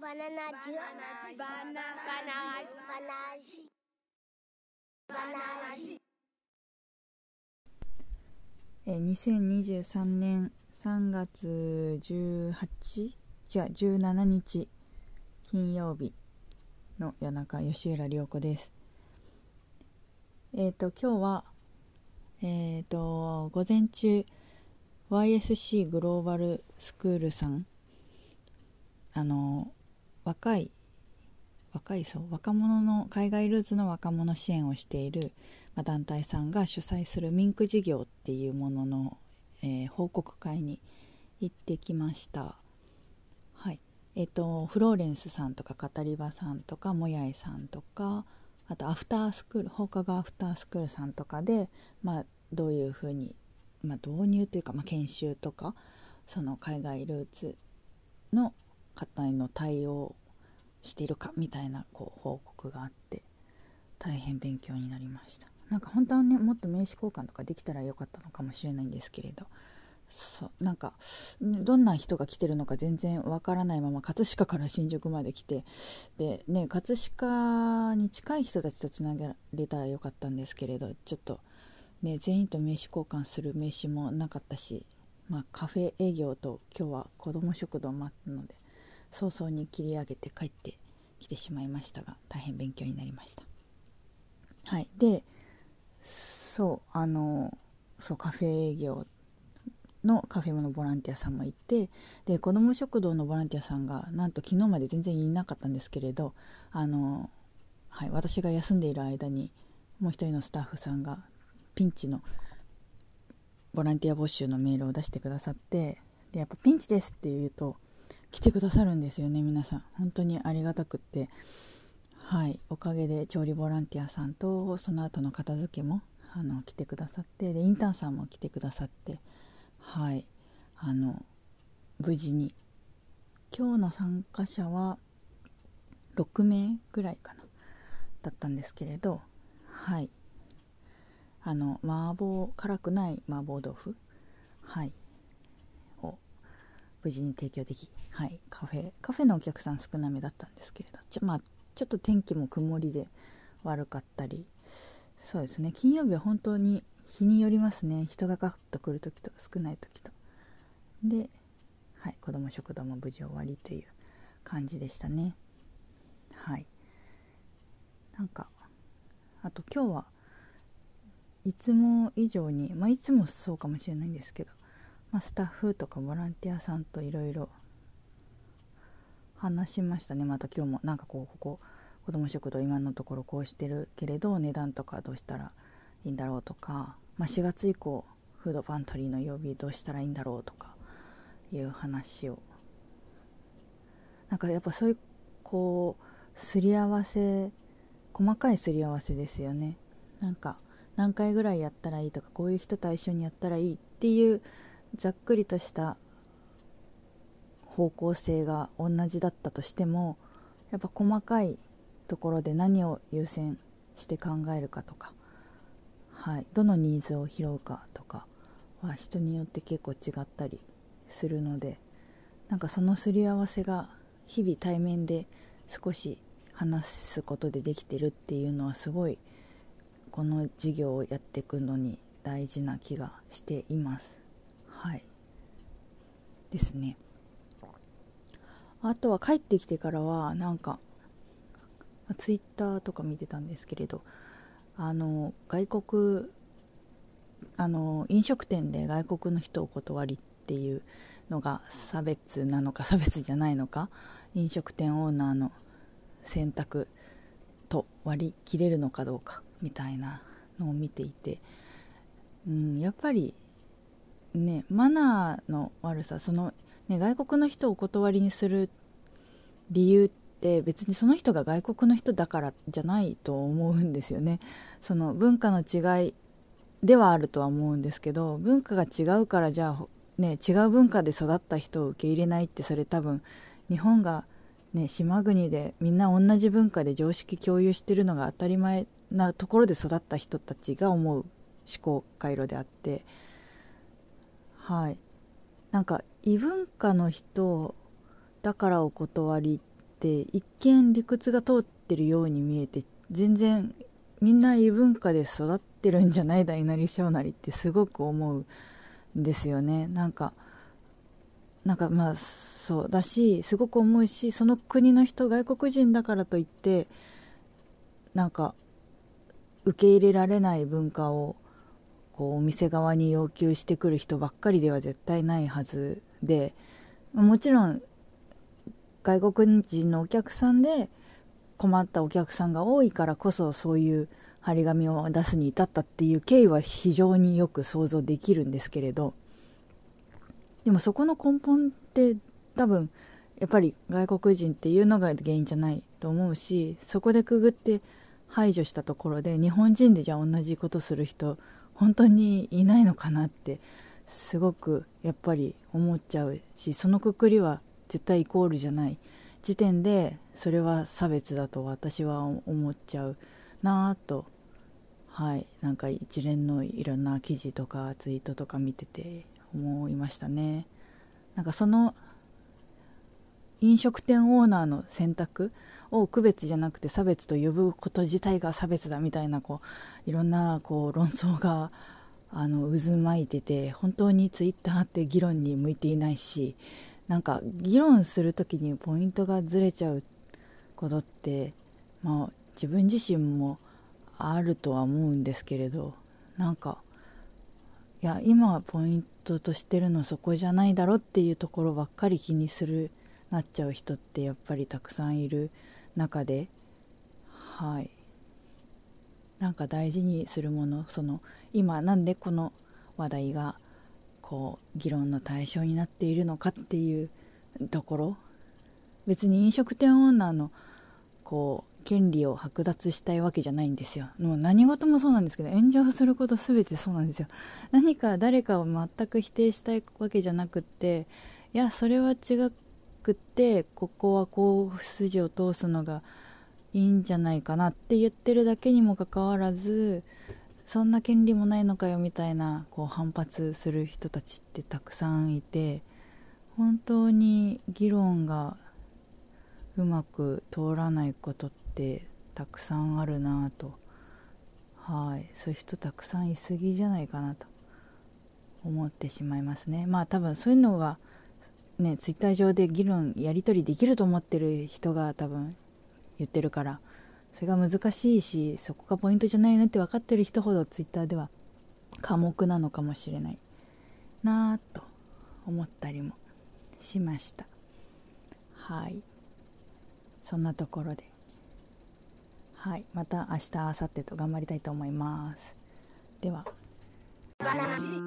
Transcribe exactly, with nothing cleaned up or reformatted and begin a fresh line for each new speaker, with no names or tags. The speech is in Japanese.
バナナジュバナナバナジバナジ
えー、にせんにじゅうさんねんさんがつじゅうはちじゃじゅうしちにち金曜日の夜中、吉浦涼子です。えっ、ー、と今日はえっ、ー、と午前中 ワイエスシー グローバルスクールさん、あの若い若いそう若者の海外ルーツの若者支援をしている、まあ、団体さんが主催するミンク事業っていうものの、えー、報告会に行ってきました。はい、えっ、ー、とフローレンスさんとかカタリバさんとかモヤイさんとか、あとアフタースクール放課後アフタースクールさんとかで、まあ、どういうふうに、まあ、導入というか、まあ、研修とかその海外ルーツの方への対応しているかみたいなこう報告があって、大変勉強になりました。なんか本当はね、もっと名刺交換とかできたらよかったのかもしれないんですけれど、そうなんかどんな人が来てるのか全然わからないまま葛飾から新宿まで来て、でね、葛飾に近い人たちとつなげられたらよかったんですけれど、ちょっとね全員と名刺交換する名刺もなかったし、まあ、カフェ営業と今日は子ども食堂もあったので早々に切り上げて帰ってきてしまいましたが、大変勉強になりました。はい、でそうあのそうカフェ営業のカフェのボランティアさんもいて、で子ども食堂のボランティアさんがなんと昨日まで全然いなかったんですけれど、あの、はい、私が休んでいる間にもう一人のスタッフさんがピンチのボランティア募集のメールを出してくださって、でやっぱピンチですって言うと来てくださるんですよね。皆さん本当にありがたくって、はい、おかげで調理ボランティアさんとその後の片付けもあの来てくださって、でインターンさんも来てくださって、はい、あの無事に今日の参加者はろくめいぐらいかなだったんですけれど、はい、あの麻婆辛くない麻婆豆腐、はいを無事に提供でき、はい、カフェカフェのお客さん少なめだったんですけれど、ちょ,、まあ、ちょっと天気も曇りで悪かったり、そうですね、金曜日は本当に日によりますね。人がガッと来るときと少ないときとで、はい、子ども食堂も無事終わりという感じでしたね。はい、なんかあと今日はいつも以上に、まあいつもそうかもしれないんですけど、まあ、スタッフとかボランティアさんといろいろ話しましたね。また今日もなんかこうここ子ども食堂今のところこうしてるけれど値段とかどうしたらいいんだろうとか、まあ、しがつ以降フードパントリーの曜日どうしたらいいんだろうとかいう話を、なんかやっぱそういうこうすり合わせ、細かいすり合わせですよね。なんか何回ぐらいやったらいいとか、こういう人と一緒にやったらいいっていうざっくりとした方向性が同じだったとしても、やっぱ細かいところで何を優先して考えるかとか、はい、どのニーズを拾うかとかは人によって結構違ったりするので、なんかそのすり合わせが日々対面で少し話すことでできてるっていうのはすごいこの授業をやっていくのに大事な気がしています。はいですね。あとは帰ってきてからはなんかツイッターとか見てたんですけれど、あの外国あの飲食店で外国の人をお断りっていうのが差別なのか差別じゃないのか、飲食店オーナーの選択と割り切れるのかどうかみたいなのを見ていて、うん、やっぱりね、マナーの悪さ、その、ね、外国の人をお断りにする理由って別にその人が外国の人だからじゃないと思うんですよね。その文化の違いではあるとは思うんですけど、文化が違うからじゃあ、ね、違う文化で育った人を受け入れないって、それ多分日本が、ね、島国でみんな同じ文化で常識共有してるのが当たり前なところで育った人たちが思う思考回路であって、はい、なんか異文化の人だからお断りって一見理屈が通ってるように見えて、全然みんな異文化で育ってるんじゃない大なり小なりってすごく思うんですよね。なんかなんかまあそうだし、すごく思うし、その国の人、外国人だからといってなんか受け入れられない文化をこうお店側に要求してくる人ばっかりでは絶対ないはずで、もちろん外国人のお客さんで困ったお客さんが多いからこそそういう張り紙を出すに至ったっていう経緯は非常によく想像できるんですけれど、でもそこの根本って多分やっぱり外国人っていうのが原因じゃないと思うし、そこでくぐって排除したところで日本人でじゃあ同じことする人本当にいないのかなってすごくやっぱり思っちゃうし、そのくくりは絶対イコールじゃない時点でそれは差別だと私は思っちゃうなぁと、はい、なんか一連のいろんな記事とかツイートとか見てて思いましたね。なんかその飲食店オーナーの選択を区別じゃなくて差別と呼ぶこと自体が差別だみたいな、こういろんなこう論争があの渦巻いてて、本当にツイッターって議論に向いていないし、なんか議論するときにポイントがずれちゃうことって、まあ、自分自身もあるとは思うんですけれど、なんかいや今ポイントとしてるのそこじゃないだろっていうところばっかり気にするなっちゃう人ってやっぱりたくさんいる中で、はい、なんか大事にするもの、その今なんでこの話題がこう議論の対象になっているのかっていうところ、別に飲食店オーナーのこう権利を剥奪したいわけじゃないんですよ。もう何事もそうなんですけど、炎上すること全てそうなんですよ。何か誰かを全く否定したいわけじゃなくって、いやそれは違くって、ここはこう筋を通すのがいいんじゃないかなって言ってるだけにもかかわらず、そんな権利もないのかよみたいなこう反発する人たちってたくさんいて、本当に議論がうまく通らないことってたくさんあるなと、はい、そういう人たくさんいすぎじゃないかなと思ってしまいますね。まあ多分そういうのがね、ツイッター上で議論やり取りできると思ってる人が多分言ってるから、それが難しいし、そこがポイントじゃないなって分かってる人ほどツイッターでは寡黙なのかもしれないなぁと思ったりもしました。はい、そんなところで、はい、また明日明後日と頑張りたいと思います。では。